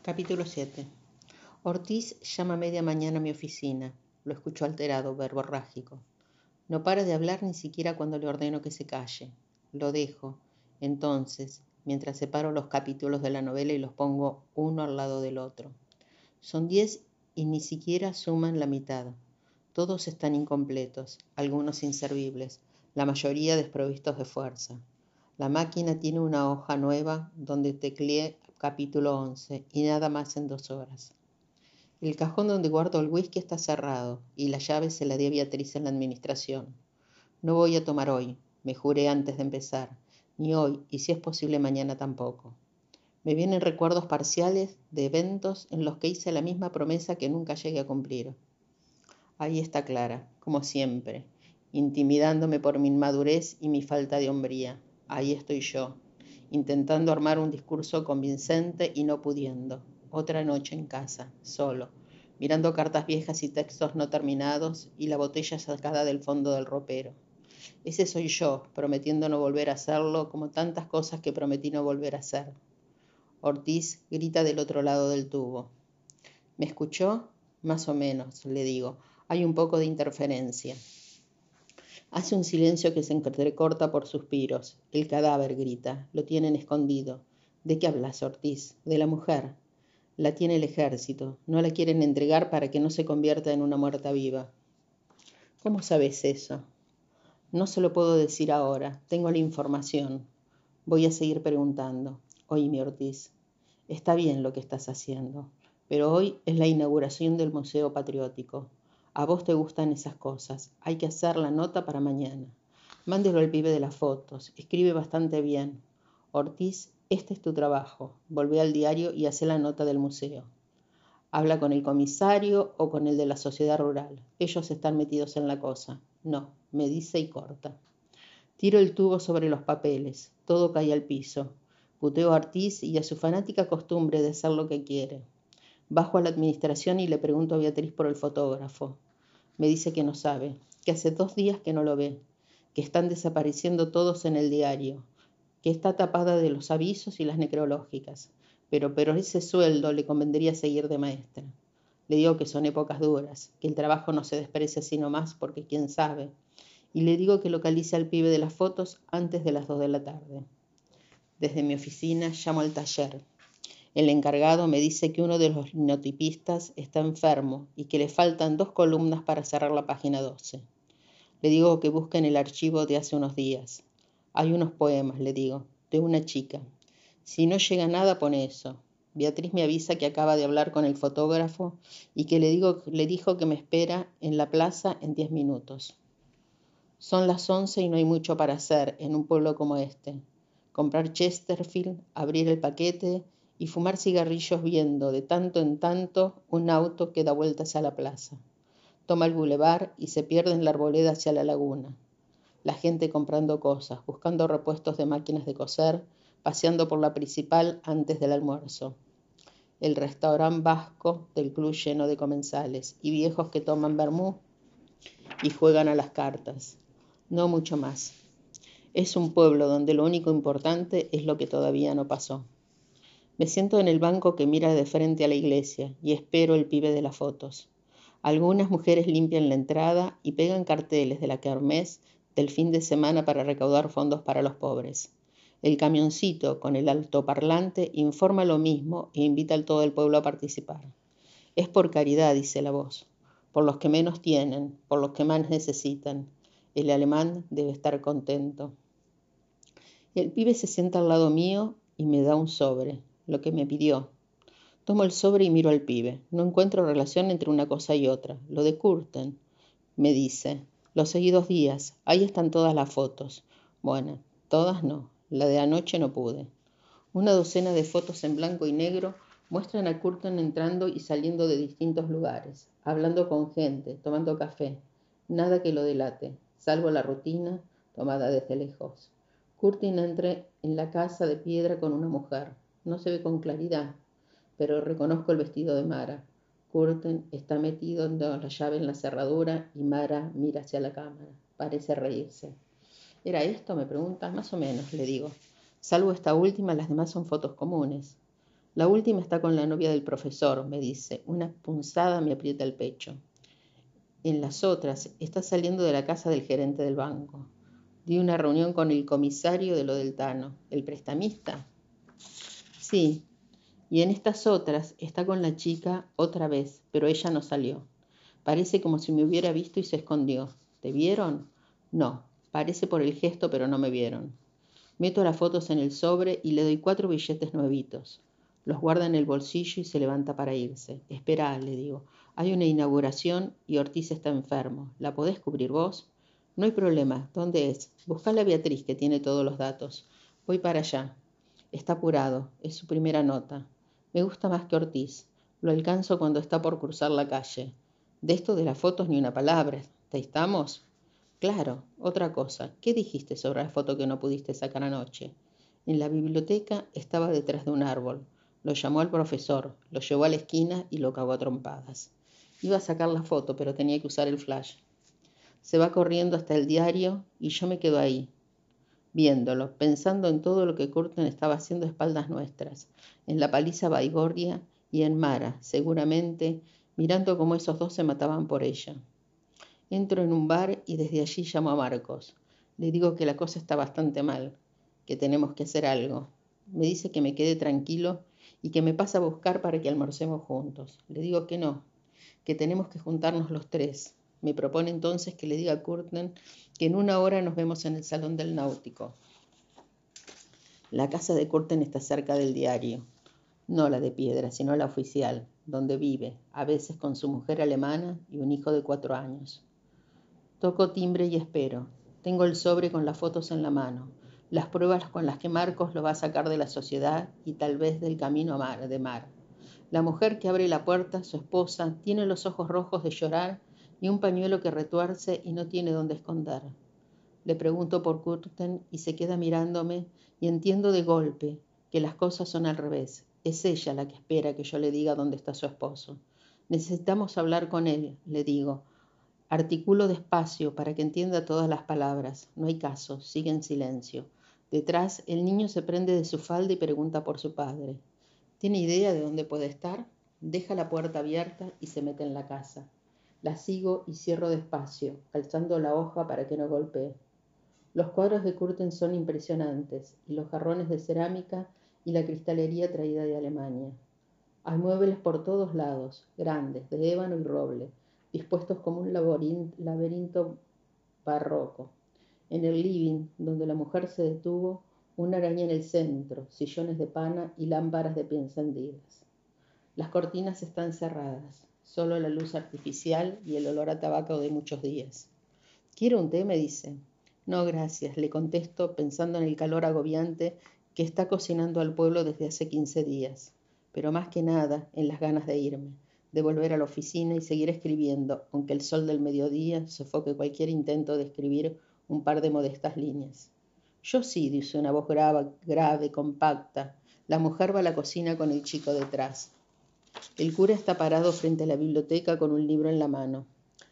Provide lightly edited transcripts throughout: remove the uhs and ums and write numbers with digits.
Capítulo 7. Ortiz llama a media mañana a mi oficina. Lo escucho alterado, verborrágico. No para de hablar ni siquiera cuando le ordeno que se calle. Lo dejo, entonces, mientras separo los capítulos de la novela y los pongo uno al lado del otro. Son 10 y ni siquiera suman la mitad. Todos están incompletos, algunos inservibles, la mayoría desprovistos de fuerza. La máquina tiene una hoja nueva donde tecleé capítulo 11 y nada más en 2 horas. El cajón donde guardo el whisky está cerrado y la llave se la di a Beatriz en la administración. No voy a tomar hoy, me juré antes de empezar, ni hoy y si es posible mañana tampoco. Me vienen recuerdos parciales de eventos en los que hice la misma promesa que nunca llegué a cumplir. Ahí está Clara, como siempre, intimidándome por mi inmadurez y mi falta de hombría. Ahí estoy yo, intentando armar un discurso convincente y no pudiendo. Otra noche en casa, solo, mirando cartas viejas y textos no terminados y la botella sacada del fondo del ropero. Ese soy yo, prometiendo no volver a hacerlo, como tantas cosas que prometí no volver a hacer. Ortiz grita del otro lado del tubo. ¿Me escuchó? Más o menos, le digo. Hay un poco de interferencia. Hace un silencio que se entrecorta por suspiros. El cadáver grita. Lo tienen escondido. ¿De qué hablas, Ortiz? De la mujer. La tiene el ejército. No la quieren entregar para que no se convierta en una muerta viva. ¿Cómo sabes eso? No se lo puedo decir ahora. Tengo la información. Voy a seguir preguntando. Oíme, Ortiz. Está bien lo que estás haciendo, pero hoy es la inauguración del Museo Patriótico. A vos te gustan esas cosas. Hay que hacer la nota para mañana. Mándelo al pibe de las fotos. Escribe bastante bien. Ortiz, este es tu trabajo. Volvé al diario y hacé la nota del museo. Habla con el comisario o con el de la sociedad rural. Ellos están metidos en la cosa. No, me dice y corta. Tiro el tubo sobre los papeles. Todo cae al piso. Puteo a Ortiz y a su fanática costumbre de hacer lo que quiere. Bajo a la administración y le pregunto a Beatriz por el fotógrafo. Me dice que no sabe, que hace 2 días que no lo ve, que están desapareciendo todos en el diario, que está tapada de los avisos y las necrológicas, pero ese sueldo le convendría seguir de maestra. Le digo que son épocas duras, que el trabajo no se desprecia sino más porque quién sabe, y le digo que localice al pibe de las fotos antes de las 2 de la tarde. Desde mi oficina llamo al taller. El encargado me dice que uno de los linotipistas está enfermo y que le faltan 2 columnas para cerrar la página 12. Le digo que busque en el archivo de hace unos días. Hay unos poemas, le digo, de una chica. Si no llega nada, pone eso. Beatriz me avisa que acaba de hablar con el fotógrafo y que le dijo que me espera en la plaza en 10 minutos. Son las 11 y no hay mucho para hacer en un pueblo como este. Comprar Chesterfield, abrir el paquete y fumar cigarrillos viendo de tanto en tanto un auto que da vueltas a la plaza. Toma el bulevar y se pierde en la arboleda hacia la laguna. La gente comprando cosas, buscando repuestos de máquinas de coser, paseando por la principal antes del almuerzo. El restaurante vasco del club lleno de comensales y viejos que toman vermú y juegan a las cartas. No mucho más. Es un pueblo donde lo único importante es lo que todavía no pasó. Me siento en el banco que mira de frente a la iglesia y espero el pibe de las fotos. Algunas mujeres limpian la entrada y pegan carteles de la kermés del fin de semana para recaudar fondos para los pobres. El camioncito con el altoparlante informa lo mismo e invita a todo el pueblo a participar. Es por caridad, dice la voz, por los que menos tienen, por los que más necesitan. El alemán debe estar contento. El pibe se sienta al lado mío y me da un sobre, lo que me pidió. Tomo el sobre y miro al pibe. No encuentro relación entre una cosa y otra. Lo de Curten, me dice. Lo seguí 2 días. Ahí están todas las fotos. Bueno, todas no. La de anoche no pude. Una docena de fotos en blanco y negro muestran a Curten entrando y saliendo de distintos lugares, hablando con gente, tomando café. Nada que lo delate, salvo la rutina tomada desde lejos. Curtin entra en la casa de piedra con una mujer. No se ve con claridad, pero reconozco el vestido de Mara. Curtin está metido dando la llave en la cerradura y Mara mira hacia la cámara. Parece reírse. ¿Era esto?, me pregunta. Más o menos, le digo. Salvo esta última, las demás son fotos comunes. La última está con la novia del profesor, me dice. Una punzada me aprieta el pecho. En las otras está saliendo de la casa del gerente del banco. Di una reunión con el comisario de lo del Tano. ¿El prestamista? Sí. Y en estas otras está con la chica otra vez, pero ella no salió. Parece como si me hubiera visto y se escondió. ¿Te vieron? No. Parece por el gesto, pero no me vieron. Meto las fotos en el sobre y le doy 4 billetes nuevitos. Los guarda en el bolsillo y se levanta para irse. Esperá, le digo. Hay una inauguración y Ortiz está enfermo. ¿La podés cubrir vos? No hay problema. ¿Dónde es? Buscala a Beatriz, que tiene todos los datos. Voy para allá. Está apurado. Es su primera nota. Me gusta más que Ortiz. Lo alcanzo cuando está por cruzar la calle. De esto de las fotos ni una palabra. ¿Te estamos? Claro, otra cosa. ¿Qué dijiste sobre la foto que no pudiste sacar anoche? En la biblioteca estaba detrás de un árbol. Lo llamó al profesor, lo llevó a la esquina y lo cagó a trompadas. Iba a sacar la foto, pero tenía que usar el flash. Se va corriendo hasta el diario y yo me quedo ahí, viéndolo, pensando en todo lo que Curtin estaba haciendo a espaldas nuestras, en la paliza Baigorria y en Mara, seguramente, mirando cómo esos dos se mataban por ella. Entro en un bar y desde allí llamo a Marcos. Le digo que la cosa está bastante mal, que tenemos que hacer algo. Me dice que me quede tranquilo y que me pasa a buscar para que almorcemos juntos. Le digo que no, que tenemos que juntarnos los tres. Me propone entonces que le diga a Curtin que en 1 hora nos vemos en el Salón del Náutico. La casa de Curtin está cerca del diario, no la de piedra, sino la oficial, donde vive, a veces con su mujer alemana y un hijo de 4 años. Toco timbre y espero. Tengo el sobre con las fotos en la mano, las pruebas con las que Marcos lo va a sacar de la sociedad y tal vez del camino de Mar. La mujer que abre la puerta, su esposa, tiene los ojos rojos de llorar y un pañuelo que retuerce y no tiene dónde esconder. Le pregunto por Curtin y se queda mirándome y entiendo de golpe que las cosas son al revés. Es ella la que espera que yo le diga dónde está su esposo. Necesitamos hablar con él, le digo. Articulo despacio para que entienda todas las palabras. No hay caso, sigue en silencio. Detrás, el niño se prende de su falda y pregunta por su padre. ¿Tiene idea de dónde puede estar? Deja la puerta abierta y se mete en la casa. La sigo y cierro despacio, alzando la hoja para que no golpee. Los cuadros de Curtin son impresionantes, y los jarrones de cerámica y la cristalería traída de Alemania. Hay muebles por todos lados, grandes, de ébano y roble, dispuestos como un laberinto barroco. En el living, donde la mujer se detuvo, una araña en el centro, sillones de pana y lámparas de pie encendidas. Las cortinas están cerradas, solo la luz artificial y el olor a tabaco de muchos días. ¿Quiere un té?, me dice. No, gracias, le contesto pensando en el calor agobiante que está cocinando al pueblo desde hace 15 días. Pero más que nada en las ganas de irme, de volver a la oficina y seguir escribiendo, aunque el sol del mediodía sofoque cualquier intento de escribir un par de modestas líneas. Yo sí, dice una voz grave, compacta. La mujer va a la cocina con el chico detrás. El cura está parado frente a la biblioteca con un libro en la mano.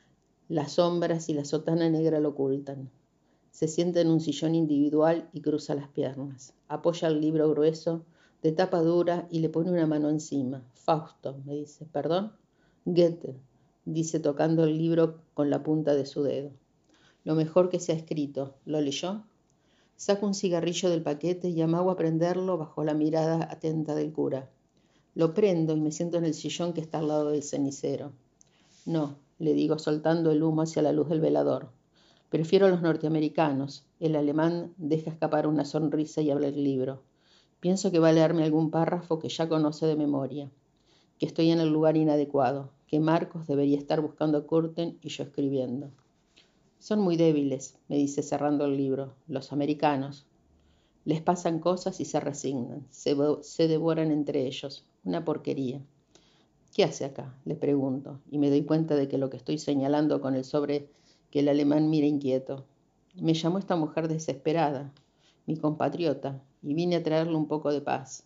Las sombras y la sotana negra lo ocultan. Se sienta en un sillón individual y cruza las piernas. Apoya el libro grueso, de tapa dura, y le pone una mano encima. Fausto, me dice. ¿Perdón? Goethe, dice tocando el libro con la punta de su dedo. Lo mejor que se ha escrito. ¿Lo leyó? Saco un cigarrillo del paquete y amago a prenderlo bajo la mirada atenta del cura. Lo prendo y me siento en el sillón que está al lado del cenicero. No, le digo soltando el humo hacia la luz del velador. Prefiero a los norteamericanos. El alemán deja escapar una sonrisa y abre el libro. Pienso que va a leerme algún párrafo que ya conoce de memoria, que estoy en el lugar inadecuado, que Marcos debería estar buscando a Curtin y yo escribiendo. Son muy débiles, me dice cerrando el libro, los americanos. Les pasan cosas y se resignan, se devoran entre ellos. Una porquería. ¿Qué hace acá?, le pregunto, y me doy cuenta de que lo que estoy señalando con el sobre que el alemán mira inquieto. Me llamó esta mujer desesperada, mi compatriota, y vine a traerle un poco de paz.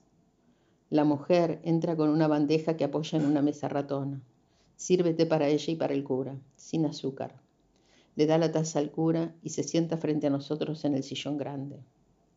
La mujer entra con una bandeja que apoya en una mesa ratona. Sírvete para ella y para el cura, sin azúcar. Le da la taza al cura y se sienta frente a nosotros en el sillón grande.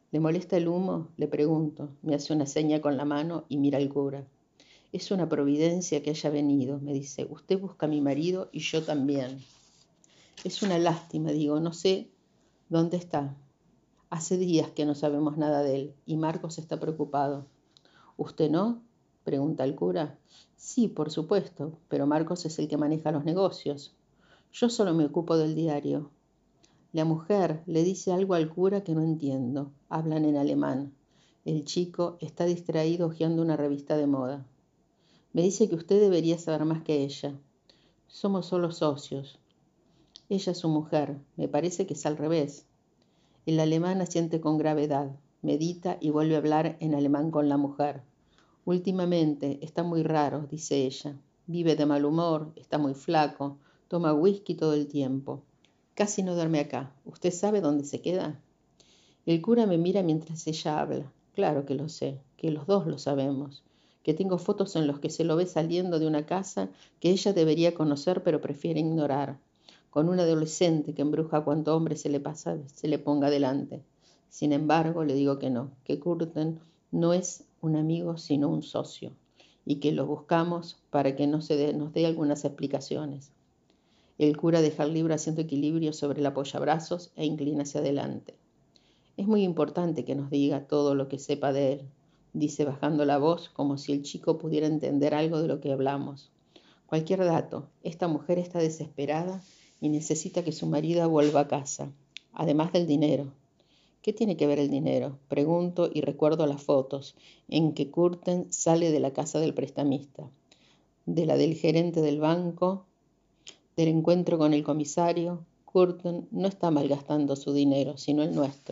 ¿Le molesta el humo? Le pregunto. Me hace una seña con la mano y mira al cura. Es una providencia que haya venido, me dice. Usted busca a mi marido y yo también. Es una lástima, digo, no sé dónde está. Hace días que no sabemos nada de él y Marcos está preocupado. ¿Usted no? Pregunta el cura. Sí, por supuesto, pero Marcos es el que maneja los negocios. Yo solo me ocupo del diario. La mujer le dice algo al cura que no entiendo. Hablan en alemán. El chico está distraído hojeando una revista de moda. Me dice que usted debería saber más que ella. Somos solo socios. Ella es su mujer. Me parece que es al revés. El alemán asiente con gravedad. Medita y vuelve a hablar en alemán con la mujer. Últimamente está muy raro, dice ella. Vive de mal humor, está muy flaco, toma whisky todo el tiempo. Casi no duerme acá. ¿Usted sabe dónde se queda? El cura me mira mientras ella habla. Claro que lo sé, que los dos lo sabemos. Que tengo fotos en los que se lo ve saliendo de una casa que ella debería conocer pero prefiere ignorar. Con un adolescente que embruja cuanto hombre se le ponga delante. Sin embargo, le digo que no, que Curten no es un amigo sino un socio, y que lo buscamos para que nos dé algunas explicaciones. El cura deja el libro haciendo equilibrio sobre el apoyabrazos e inclina hacia adelante. Es muy importante que nos diga todo lo que sepa de él, dice bajando la voz como si el chico pudiera entender algo de lo que hablamos. Cualquier dato, esta mujer está desesperada y necesita que su marido vuelva a casa, además del dinero. ¿Qué tiene que ver el dinero? Pregunto y recuerdo las fotos en que Curten sale de la casa del prestamista, de la del gerente del banco, del encuentro con el comisario. Curten no está malgastando su dinero, sino el nuestro.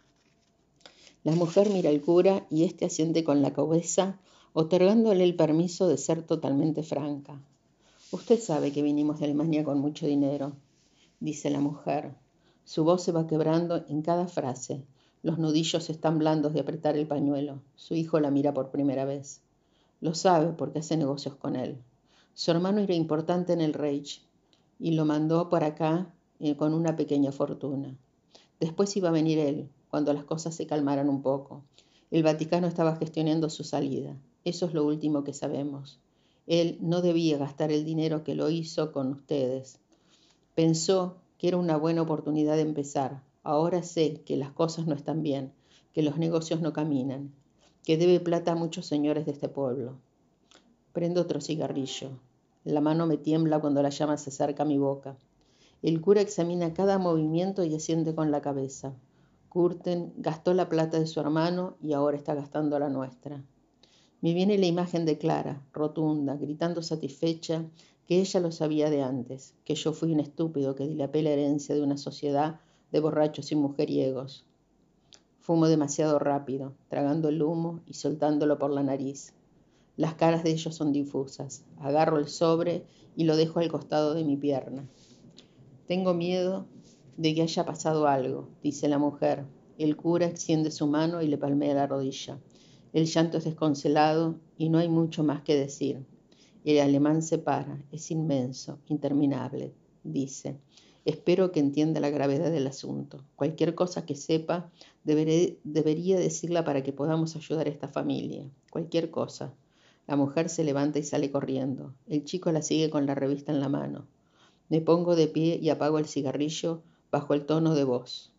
La mujer mira al cura y éste asiente con la cabeza, otorgándole el permiso de ser totalmente franca. Usted sabe que vinimos de Alemania con mucho dinero, dice la mujer. Su voz se va quebrando en cada frase. Los nudillos están blandos de apretar el pañuelo. Su hijo la mira por primera vez. Lo sabe porque hace negocios con él. Su hermano era importante en el Reich y lo mandó para acá con una pequeña fortuna. Después iba a venir él, cuando las cosas se calmaran un poco. El Vaticano estaba gestionando su salida. Eso es lo último que sabemos. Él no debía gastar el dinero que lo hizo con ustedes. Pensó que era una buena oportunidad de empezar. Ahora sé que las cosas no están bien, que los negocios no caminan, que debe plata a muchos señores de este pueblo. Prendo otro cigarrillo. La mano me tiembla cuando la llama se acerca a mi boca. El cura examina cada movimiento y asiente con la cabeza. Curten gastó la plata de su hermano y ahora está gastando la nuestra. Me viene la imagen de Clara, rotunda, gritando satisfecha que ella lo sabía de antes, que yo fui un estúpido que dilapé la herencia de una sociedad de borrachos y mujeriegos. Fumo demasiado rápido, tragando el humo y soltándolo por la nariz. Las caras de ellos son difusas. Agarro el sobre y lo dejo al costado de mi pierna. Tengo miedo de que haya pasado algo, dice la mujer. El cura extiende su mano y le palmea la rodilla. El llanto es desconsolado y no hay mucho más que decir. El alemán se para, es inmenso, interminable, dice. Espero que entienda la gravedad del asunto. Cualquier cosa que sepa, debería decirla para que podamos ayudar a esta familia. Cualquier cosa. La mujer se levanta y sale corriendo. El chico la sigue con la revista en la mano. Me pongo de pie y apago el cigarrillo bajo el tono de voz.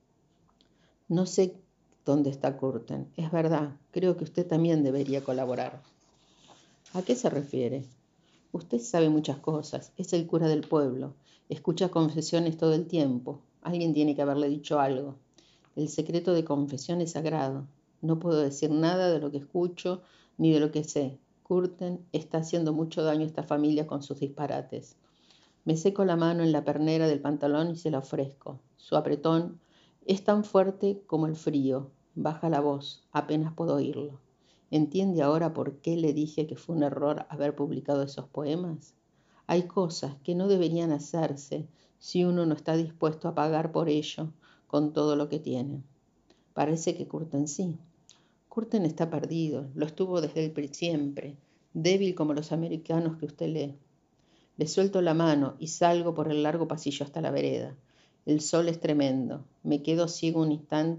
No sé dónde está Curten. Es verdad, creo que usted también debería colaborar. ¿A qué se refiere? Usted sabe muchas cosas. Es el cura del pueblo. Escucha confesiones todo el tiempo. Alguien tiene que haberle dicho algo. El secreto de confesión es sagrado. No puedo decir nada de lo que escucho ni de lo que sé. Curten está haciendo mucho daño a esta familia con sus disparates. Me seco la mano en la pernera del pantalón y se la ofrezco. Su apretón es tan fuerte como el frío. Baja la voz, apenas puedo oírlo. ¿Entiende ahora por qué le dije que fue un error haber publicado esos poemas? Hay cosas que no deberían hacerse si uno no está dispuesto a pagar por ello con todo lo que tiene. Parece que Curten sí. Curten está perdido, lo estuvo desde el siempre, débil como los americanos que usted lee. Le suelto la mano y salgo por el largo pasillo hasta la vereda. El sol es tremendo. Me quedo ciego un instante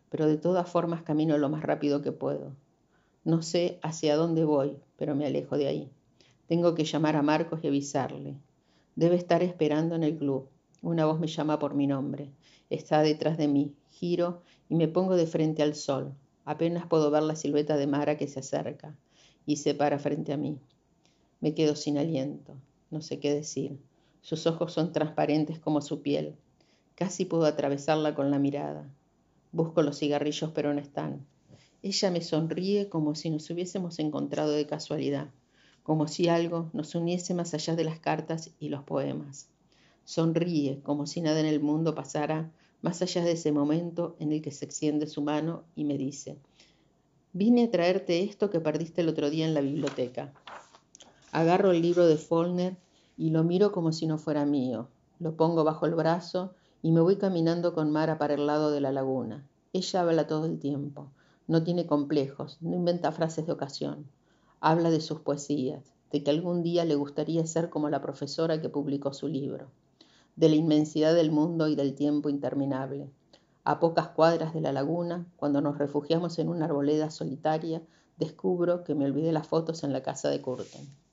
pero de todas formas camino lo más rápido que puedo. No sé hacia dónde voy, pero me alejo de ahí. Tengo que llamar a Marcos y avisarle. Debe estar esperando en el club. Una voz me llama por mi nombre. Está detrás de mí. Giro y me pongo de frente al sol. Apenas puedo ver la silueta de Mara que se acerca y se para frente a mí. Me quedo sin aliento. No sé qué decir. Sus ojos son transparentes como su piel. Casi puedo atravesarla con la mirada. Busco los cigarrillos, pero no están. Ella me sonríe como si nos hubiésemos encontrado de casualidad, como si algo nos uniese más allá de las cartas y los poemas. Sonríe como si nada en el mundo pasara más allá de ese momento en el que se extiende su mano y me dice: vine a traerte esto que perdiste el otro día en la biblioteca. Agarro el libro de Faulkner y lo miro como si no fuera mío. Lo pongo bajo el brazo y me voy caminando con Mara para el lado de la laguna. Ella habla todo el tiempo. No tiene complejos, no inventa frases de ocasión. Habla de sus poesías, de que algún día le gustaría ser como la profesora que publicó su libro, de la inmensidad del mundo y del tiempo interminable. A pocas cuadras de la laguna, cuando nos refugiamos en una arboleda solitaria, descubro que me olvidé las fotos en la casa de Curtin.